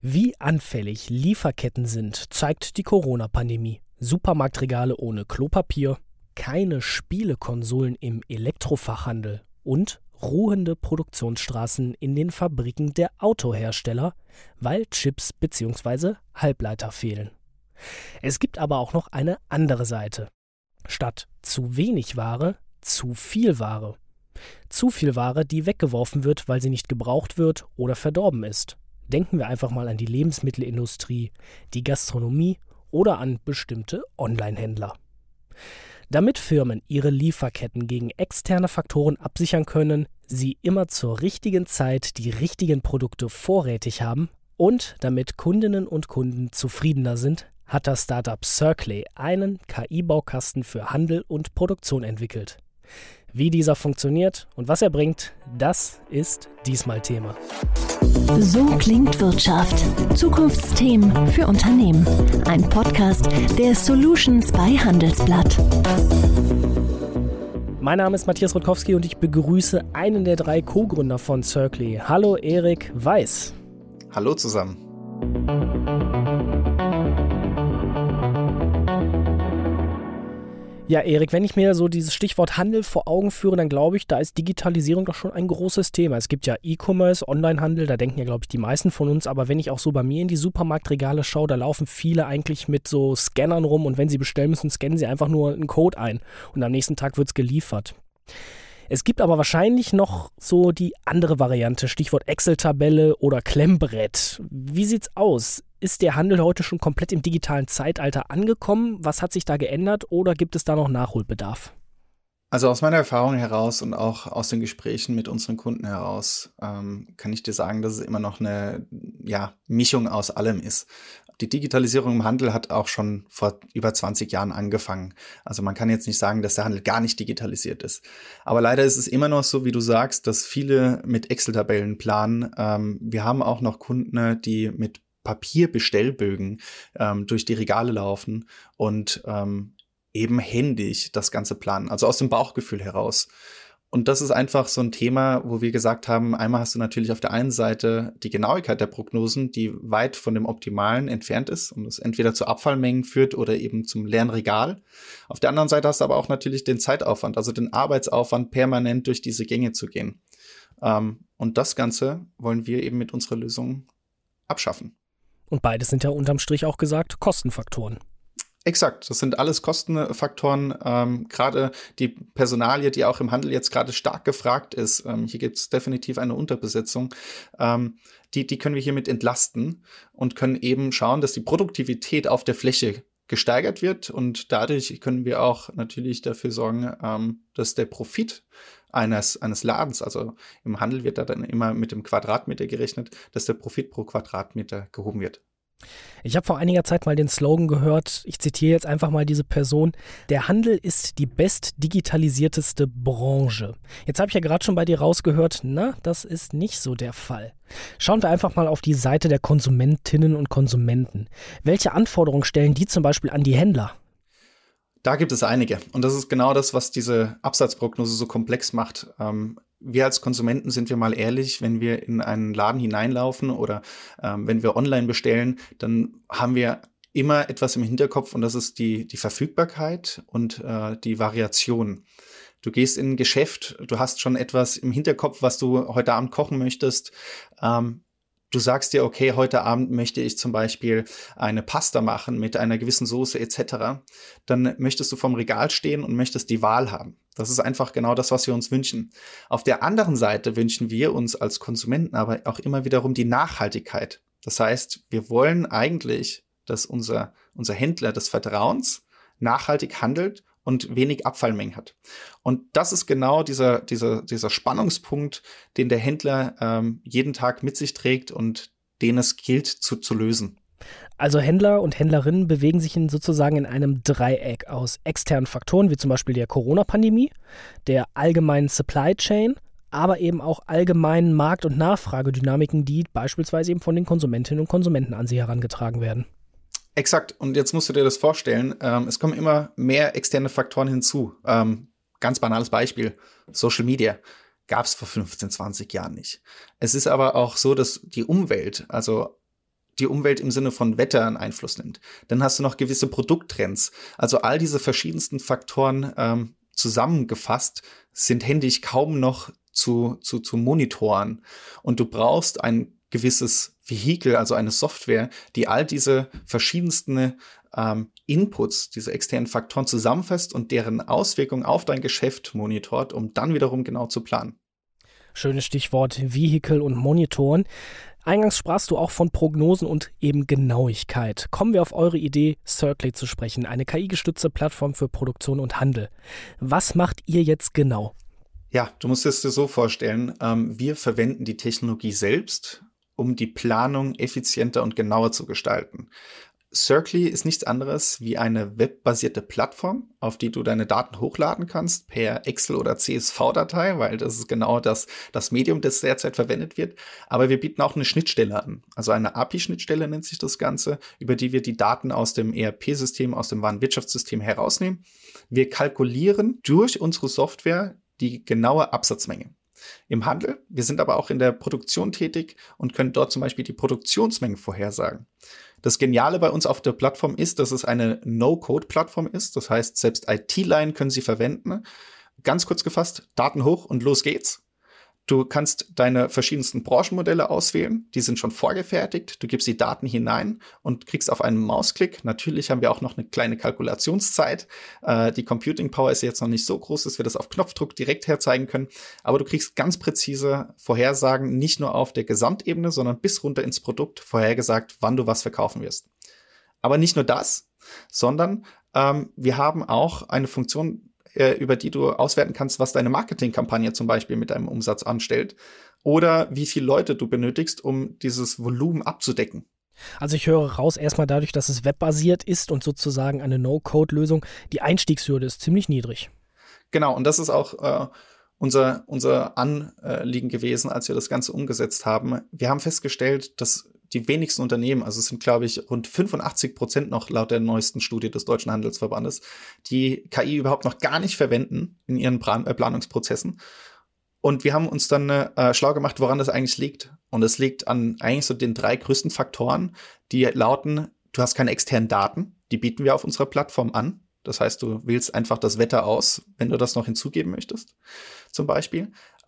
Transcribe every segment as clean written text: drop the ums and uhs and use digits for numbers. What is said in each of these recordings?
Wie anfällig Lieferketten sind, zeigt die Corona-Pandemie. Supermarktregale ohne Klopapier, keine Spielekonsolen im Elektrofachhandel und ruhende Produktionsstraßen in den Fabriken der Autohersteller, weil Chips bzw. Halbleiter fehlen. Es gibt aber auch noch eine andere Seite. Statt zu wenig Ware, zu viel Ware. Zu viel Ware, die weggeworfen wird, weil sie nicht gebraucht wird oder verdorben ist. Denken wir einfach mal an die Lebensmittelindustrie, die Gastronomie oder an bestimmte Online-Händler. Damit Firmen ihre Lieferketten gegen externe Faktoren absichern können, sie immer zur richtigen Zeit die richtigen Produkte vorrätig haben und damit Kundinnen und Kunden zufriedener sind, hat das Startup Circlay einen KI-Baukasten für Handel und Produktion entwickelt. Wie dieser funktioniert und was er bringt, das ist diesmal Thema. So klingt Wirtschaft. Zukunftsthemen für Unternehmen. Ein Podcast der Solutions bei Handelsblatt. Mein Name ist Matthias Rutkowski und ich begrüße einen der 3 Co-Gründer von Circlay. Hallo Erik Weiß. Hallo zusammen. Ja, Erik, wenn ich mir so dieses Stichwort Handel vor Augen führe, dann glaube ich, da ist Digitalisierung doch schon ein großes Thema. Es gibt ja E-Commerce, Onlinehandel, da denken ja, glaube ich, die meisten von uns. Aber wenn ich auch so bei mir in die Supermarktregale schaue, da laufen viele eigentlich mit so Scannern rum und wenn sie bestellen müssen, scannen sie einfach nur einen Code ein und am nächsten Tag wird es geliefert. Es gibt aber wahrscheinlich noch so die andere Variante, Stichwort Excel-Tabelle oder Klemmbrett. Wie sieht's aus? Ist der Handel heute schon komplett im digitalen Zeitalter angekommen? Was hat sich da geändert oder gibt es da noch Nachholbedarf? Also aus meiner Erfahrung heraus und auch aus den Gesprächen mit unseren Kunden heraus kann ich dir sagen, dass es immer noch eine Mischung aus allem ist. Die Digitalisierung im Handel hat auch schon vor über 20 Jahren angefangen. Also man kann jetzt nicht sagen, dass der Handel gar nicht digitalisiert ist. Aber leider ist es immer noch so, wie du sagst, dass viele mit Excel-Tabellen planen. Wir haben auch noch Kunden, die mit Papierbestellbögen durch die Regale laufen und eben händisch das Ganze planen, also aus dem Bauchgefühl heraus. Und das ist einfach so ein Thema, wo wir gesagt haben, einmal hast du natürlich auf der einen Seite die Genauigkeit der Prognosen, die weit von dem Optimalen entfernt ist und es entweder zu Abfallmengen führt oder eben zum leeren Regal. Auf der anderen Seite hast du aber auch natürlich den Zeitaufwand, also den Arbeitsaufwand, permanent durch diese Gänge zu gehen. Und das Ganze wollen wir eben mit unserer Lösung abschaffen. Und beides sind ja unterm Strich auch gesagt Kostenfaktoren. Exakt, das sind alles Kostenfaktoren, gerade die Personalie, die auch im Handel jetzt gerade stark gefragt ist. Hier gibt es definitiv eine Unterbesetzung. Die können wir hiermit entlasten und können eben schauen, dass die Produktivität auf der Fläche gesteigert wird und dadurch können wir auch natürlich dafür sorgen, dass der Profit eines Ladens, also im Handel wird da dann immer mit dem Quadratmeter gerechnet, dass der Profit pro Quadratmeter gehoben wird. Ich habe vor einiger Zeit mal den Slogan gehört, ich zitiere jetzt einfach mal diese Person, der Handel ist die bestdigitalisierteste Branche. Jetzt habe ich ja gerade schon bei dir rausgehört, das ist nicht so der Fall. Schauen wir einfach mal auf die Seite der Konsumentinnen und Konsumenten. Welche Anforderungen stellen die zum Beispiel an die Händler? Da gibt es einige. Und das ist genau das, was diese Absatzprognose so komplex macht. Wir als Konsumenten, sind wir mal ehrlich, wenn wir in einen Laden hineinlaufen oder wenn wir online bestellen, dann haben wir immer etwas im Hinterkopf und das ist die Verfügbarkeit und die Variation. Du gehst in ein Geschäft, du hast schon etwas im Hinterkopf, was du heute Abend kochen möchtest. Du sagst dir, okay, heute Abend möchte ich zum Beispiel eine Pasta machen mit einer gewissen Soße etc. Dann möchtest du vorm Regal stehen und möchtest die Wahl haben. Das ist einfach genau das, was wir uns wünschen. Auf der anderen Seite wünschen wir uns als Konsumenten aber auch immer wiederum die Nachhaltigkeit. Das heißt, wir wollen eigentlich, dass unser Händler des Vertrauens nachhaltig handelt und wenig Abfallmengen hat. Und das ist genau dieser Spannungspunkt, den der Händler jeden Tag mit sich trägt und den es gilt zu lösen. Also Händler und Händlerinnen bewegen sich sozusagen in einem Dreieck aus externen Faktoren, wie zum Beispiel der Corona-Pandemie, der allgemeinen Supply Chain, aber eben auch allgemeinen Markt- und Nachfragedynamiken, die beispielsweise eben von den Konsumentinnen und Konsumenten an sie herangetragen werden. Exakt. Und jetzt musst du dir das vorstellen, es kommen immer mehr externe Faktoren hinzu. Ganz banales Beispiel, Social Media gab es vor 15, 20 Jahren nicht. Es ist aber auch so, dass die Umwelt, also die Umwelt im Sinne von Wetter einen Einfluss nimmt. Dann hast du noch gewisse Produkttrends. Also all diese verschiedensten Faktoren zusammengefasst sind händisch kaum noch zu monitoren. Und du brauchst ein gewisses Vehikel, also eine Software, die all diese verschiedensten Inputs, diese externen Faktoren zusammenfasst und deren Auswirkungen auf dein Geschäft monitort, um dann wiederum genau zu planen. Schönes Stichwort Vehikel und Monitoren. Eingangs sprachst du auch von Prognosen und eben Genauigkeit. Kommen wir auf eure Idee, Circly zu sprechen, eine KI-gestützte Plattform für Produktion und Handel. Was macht ihr jetzt genau? Ja, du musst es dir so vorstellen, wir verwenden die Technologie selbst, um die Planung effizienter und genauer zu gestalten. Circly ist nichts anderes wie eine webbasierte Plattform, auf die du deine Daten hochladen kannst per Excel- oder CSV-Datei, weil das ist genau das Medium, das derzeit verwendet wird. Aber wir bieten auch eine Schnittstelle an, also eine API-Schnittstelle nennt sich das Ganze, über die wir die Daten aus dem ERP-System, aus dem Warenwirtschaftssystem herausnehmen. Wir kalkulieren durch unsere Software die genaue Absatzmenge. Im Handel, wir sind aber auch in der Produktion tätig und können dort zum Beispiel die Produktionsmengen vorhersagen. Das Geniale bei uns auf der Plattform ist, dass es eine No-Code-Plattform ist. Das heißt, selbst IT-Line können sie verwenden. Ganz kurz gefasst, Daten hoch und los geht's. Du kannst deine verschiedensten Branchenmodelle auswählen. Die sind schon vorgefertigt. Du gibst die Daten hinein und kriegst auf einen Mausklick. Natürlich haben wir auch noch eine kleine Kalkulationszeit. Die Computing Power ist jetzt noch nicht so groß, dass wir das auf Knopfdruck direkt herzeigen können. Aber du kriegst ganz präzise Vorhersagen, nicht nur auf der Gesamtebene, sondern bis runter ins Produkt vorhergesagt, wann du was verkaufen wirst. Aber nicht nur das, sondern wir haben auch eine Funktion, über die du auswerten kannst, was deine Marketingkampagne zum Beispiel mit deinem Umsatz anstellt oder wie viele Leute du benötigst, um dieses Volumen abzudecken. Also ich höre raus, erstmal dadurch, dass es webbasiert ist und sozusagen eine No-Code-Lösung, die Einstiegshürde ist ziemlich niedrig. Genau, und das ist auch unser Anliegen gewesen, als wir das Ganze umgesetzt haben. Wir haben festgestellt, dass die wenigsten Unternehmen, also es sind, glaube ich, rund 85% noch laut der neuesten Studie des Deutschen Handelsverbandes, die KI überhaupt noch gar nicht verwenden in ihren Planungsprozessen. Und wir haben uns dann schlau gemacht, woran das eigentlich liegt. Und es liegt an eigentlich so den 3 größten Faktoren, die lauten, du hast keine externen Daten, die bieten wir auf unserer Plattform an. Das heißt, du wählst einfach das Wetter aus, wenn du das noch hinzugeben möchtest, zum Beispiel.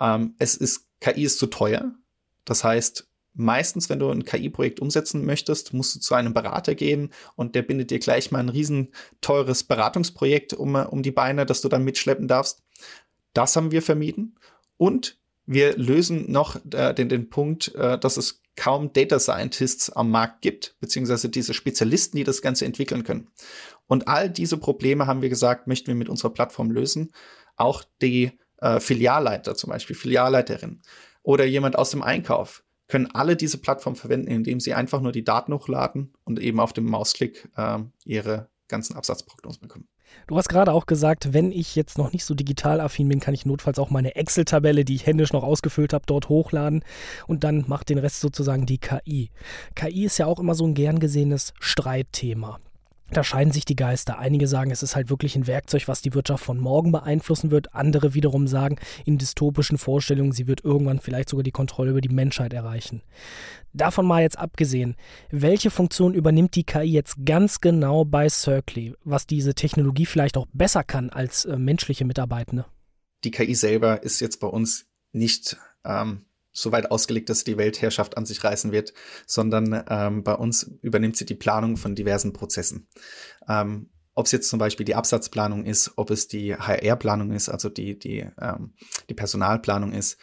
KI ist zu teuer. Das heißt, meistens, wenn du ein KI-Projekt umsetzen möchtest, musst du zu einem Berater gehen und der bindet dir gleich mal ein riesen teures Beratungsprojekt um die Beine, das du dann mitschleppen darfst. Das haben wir vermieden. Und wir lösen noch den Punkt, dass es kaum Data Scientists am Markt gibt, beziehungsweise diese Spezialisten, die das Ganze entwickeln können. Und all diese Probleme, haben wir gesagt, möchten wir mit unserer Plattform lösen. Auch die Filialleiter zum Beispiel, Filialleiterin oder jemand aus dem Einkauf können alle diese Plattform verwenden, indem sie einfach nur die Daten hochladen und eben auf dem Mausklick ihre ganzen Absatzprognosen bekommen. Du hast gerade auch gesagt, wenn ich jetzt noch nicht so digital affin bin, kann ich notfalls auch meine Excel-Tabelle, die ich händisch noch ausgefüllt habe, dort hochladen und dann macht den Rest sozusagen die KI. KI ist ja auch immer so ein gern gesehenes Streitthema. Da scheiden sich die Geister. Einige sagen, es ist halt wirklich ein Werkzeug, was die Wirtschaft von morgen beeinflussen wird. Andere wiederum sagen, in dystopischen Vorstellungen, sie wird irgendwann vielleicht sogar die Kontrolle über die Menschheit erreichen. Davon mal jetzt abgesehen, welche Funktion übernimmt die KI jetzt ganz genau bei Circly, was diese Technologie vielleicht auch besser kann als menschliche Mitarbeitende? Die KI selber ist jetzt bei uns nicht so weit ausgelegt, dass sie die Weltherrschaft an sich reißen wird, sondern bei uns übernimmt sie die Planung von diversen Prozessen. Ob es jetzt zum Beispiel die Absatzplanung ist, ob es die HR-Planung ist, also die Personalplanung ist.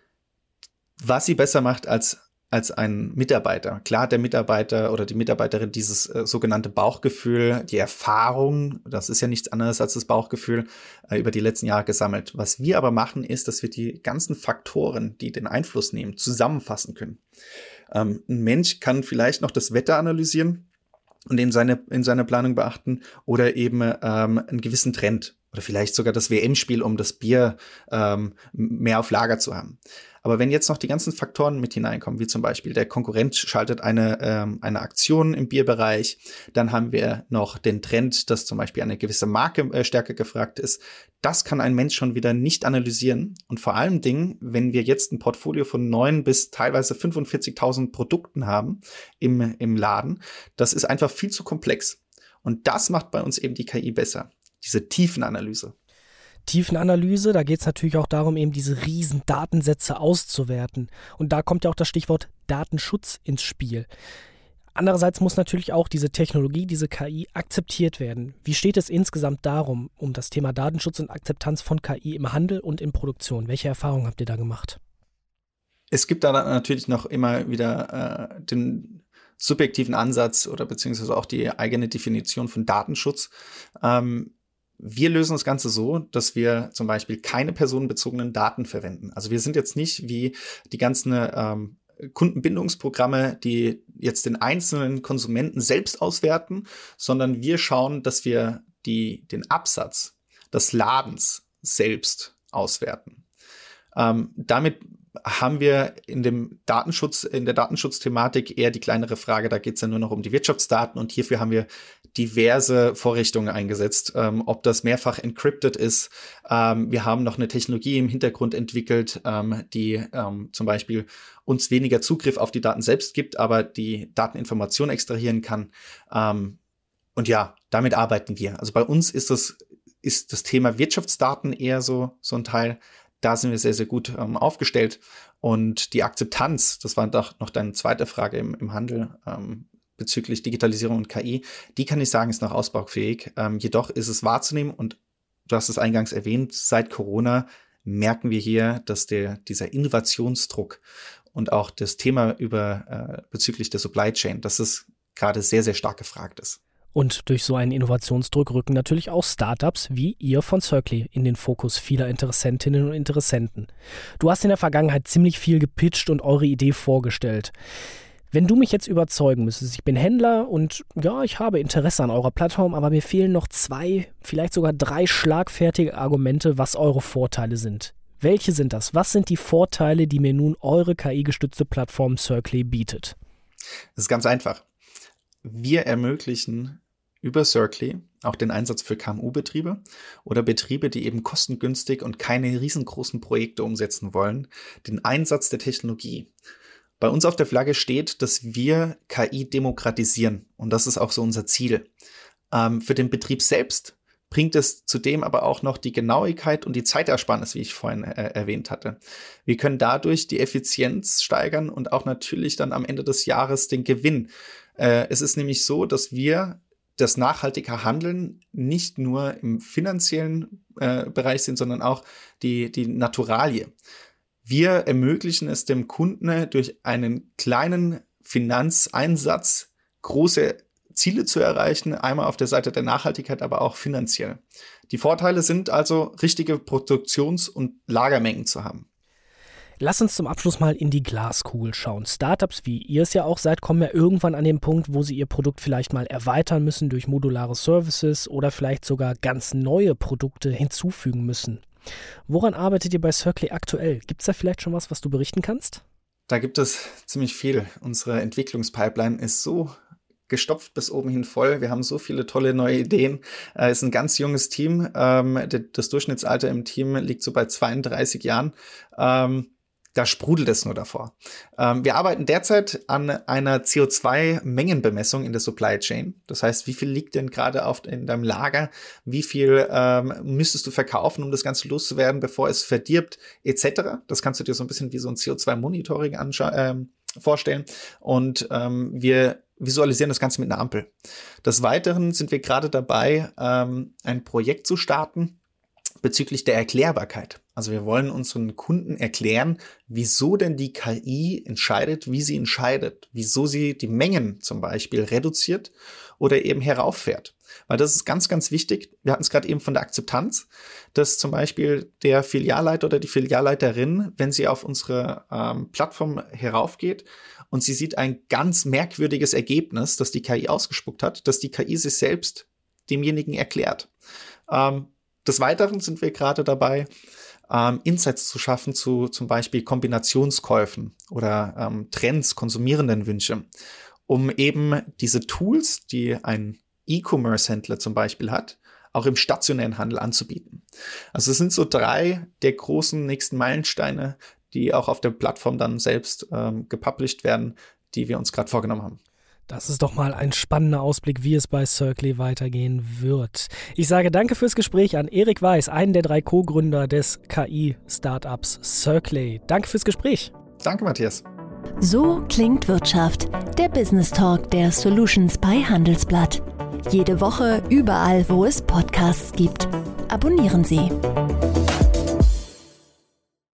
Was sie besser macht als ein Mitarbeiter. Klar hat der Mitarbeiter oder die Mitarbeiterin dieses sogenannte Bauchgefühl, die Erfahrung, das ist ja nichts anderes als das Bauchgefühl, über die letzten Jahre gesammelt. Was wir aber machen, ist, dass wir die ganzen Faktoren, die den Einfluss nehmen, zusammenfassen können. Ein Mensch kann vielleicht noch das Wetter analysieren und in seiner Planung beachten oder eben einen gewissen Trend. oder vielleicht sogar das WM-Spiel, um das Bier mehr auf Lager zu haben. Aber wenn jetzt noch die ganzen Faktoren mit hineinkommen, wie zum Beispiel der Konkurrent schaltet eine Aktion im Bierbereich, dann haben wir noch den Trend, dass zum Beispiel eine gewisse Marke stärker gefragt ist. Das kann ein Mensch schon wieder nicht analysieren. Und vor allen Dingen, wenn wir jetzt ein Portfolio von 9 bis teilweise 45.000 Produkten haben im Laden, das ist einfach viel zu komplex. Und das macht bei uns eben die KI besser. Diese Tiefenanalyse. Tiefenanalyse, da geht es natürlich auch darum, eben diese riesen Datensätze auszuwerten. Und da kommt ja auch das Stichwort Datenschutz ins Spiel. Andererseits muss natürlich auch diese Technologie, diese KI akzeptiert werden. Wie steht es insgesamt darum, um das Thema Datenschutz und Akzeptanz von KI im Handel und in Produktion? Welche Erfahrungen habt ihr da gemacht? Es gibt da natürlich noch immer wieder den subjektiven Ansatz oder beziehungsweise auch die eigene Definition von Datenschutz. Wir lösen das Ganze so, dass wir zum Beispiel keine personenbezogenen Daten verwenden. Also wir sind jetzt nicht wie die ganzen Kundenbindungsprogramme, die jetzt den einzelnen Konsumenten selbst auswerten, sondern wir schauen, dass wir den Absatz des Ladens selbst auswerten. Damit haben wir in der Datenschutzthematik eher die kleinere Frage, da geht es ja nur noch um die Wirtschaftsdaten und hierfür haben wir diverse Vorrichtungen eingesetzt, ob das mehrfach encrypted ist. Wir haben noch eine Technologie im Hintergrund entwickelt, die zum Beispiel uns weniger Zugriff auf die Daten selbst gibt, aber die Dateninformation extrahieren kann. Und ja, damit arbeiten wir. Also bei uns ist das Thema Wirtschaftsdaten eher so ein Teil. Da sind wir sehr, sehr gut aufgestellt. Und die Akzeptanz, das war doch noch deine zweite Frage im Handel bezüglich Digitalisierung und KI, die kann ich sagen, ist noch ausbaufähig. Jedoch ist es wahrzunehmen und du hast es eingangs erwähnt, seit Corona merken wir hier, dass dieser Innovationsdruck und auch das Thema bezüglich der Supply Chain, dass es gerade sehr, sehr stark gefragt ist. Und durch so einen Innovationsdruck rücken natürlich auch Startups wie ihr von Circly in den Fokus vieler Interessentinnen und Interessenten. Du hast in der Vergangenheit ziemlich viel gepitcht und eure Idee vorgestellt. Wenn du mich jetzt überzeugen müsstest, ich bin Händler und ja, ich habe Interesse an eurer Plattform, aber mir fehlen noch 2, vielleicht sogar 3 schlagfertige Argumente, was eure Vorteile sind. Welche sind das? Was sind die Vorteile, die mir nun eure KI-gestützte Plattform Circly bietet? Das ist ganz einfach. Wir ermöglichen über Circly auch den Einsatz für KMU-Betriebe oder Betriebe, die eben kostengünstig und keine riesengroßen Projekte umsetzen wollen, den Einsatz der Technologie. Bei uns auf der Flagge steht, dass wir KI demokratisieren und das ist auch so unser Ziel. Für den Betrieb selbst bringt es zudem aber auch noch die Genauigkeit und die Zeitersparnis, wie ich vorhin erwähnt hatte. Wir können dadurch die Effizienz steigern und auch natürlich dann am Ende des Jahres den Gewinn. Es ist nämlich so, dass wir das nachhaltige Handeln nicht nur im finanziellen Bereich sind, sondern auch die Naturalie. Wir ermöglichen es dem Kunden durch einen kleinen Finanzeinsatz große Ziele zu erreichen, einmal auf der Seite der Nachhaltigkeit, aber auch finanziell. Die Vorteile sind also, richtige Produktions- und Lagermengen zu haben. Lass uns zum Abschluss mal in die Glaskugel schauen. Startups, wie ihr es ja auch seid, kommen ja irgendwann an den Punkt, wo sie ihr Produkt vielleicht mal erweitern müssen durch modulare Services oder vielleicht sogar ganz neue Produkte hinzufügen müssen. Woran arbeitet ihr bei Circly aktuell? Gibt es da vielleicht schon was du berichten kannst? Da gibt es ziemlich viel. Unsere Entwicklungspipeline ist so gestopft bis oben hin voll. Wir haben so viele tolle neue Ideen. Es ist ein ganz junges Team. Das Durchschnittsalter im Team liegt so bei 32 Jahren. Da sprudelt es nur davor. Wir arbeiten derzeit an einer CO2-Mengenbemessung in der Supply Chain. Das heißt, wie viel liegt denn gerade in deinem Lager? Wie viel müsstest du verkaufen, um das Ganze loszuwerden, bevor es verdirbt, etc. Das kannst du dir so ein bisschen wie so ein CO2-Monitoring vorstellen. Und wir visualisieren das Ganze mit einer Ampel. Des Weiteren sind wir gerade dabei, ein Projekt zu starten bezüglich der Erklärbarkeit. Also wir wollen unseren Kunden erklären, wieso denn die KI entscheidet, wie sie entscheidet, wieso sie die Mengen zum Beispiel reduziert oder eben herauffährt. Weil das ist ganz, ganz wichtig. Wir hatten es gerade eben von der Akzeptanz, dass zum Beispiel der Filialleiter oder die Filialleiterin, wenn sie auf unsere Plattform heraufgeht und sie sieht ein ganz merkwürdiges Ergebnis, das die KI ausgespuckt hat, dass die KI sich selbst demjenigen erklärt. Des Weiteren sind wir gerade dabei, Insights zu schaffen zu zum Beispiel Kombinationskäufen oder Trends, Konsumierendenwünsche, um eben diese Tools, die ein E-Commerce-Händler zum Beispiel hat, auch im stationären Handel anzubieten. Also es sind so 3 der großen nächsten Meilensteine, die auch auf der Plattform dann selbst gepublished werden, die wir uns gerade vorgenommen haben. Das ist doch mal ein spannender Ausblick, wie es bei Circly weitergehen wird. Ich sage danke fürs Gespräch an Erik Weiß, einen der 3 Co-Gründer des KI-Startups Circly. Danke fürs Gespräch. Danke, Matthias. So klingt Wirtschaft, der Business Talk der Solutions bei Handelsblatt. Jede Woche überall, wo es Podcasts gibt. Abonnieren Sie.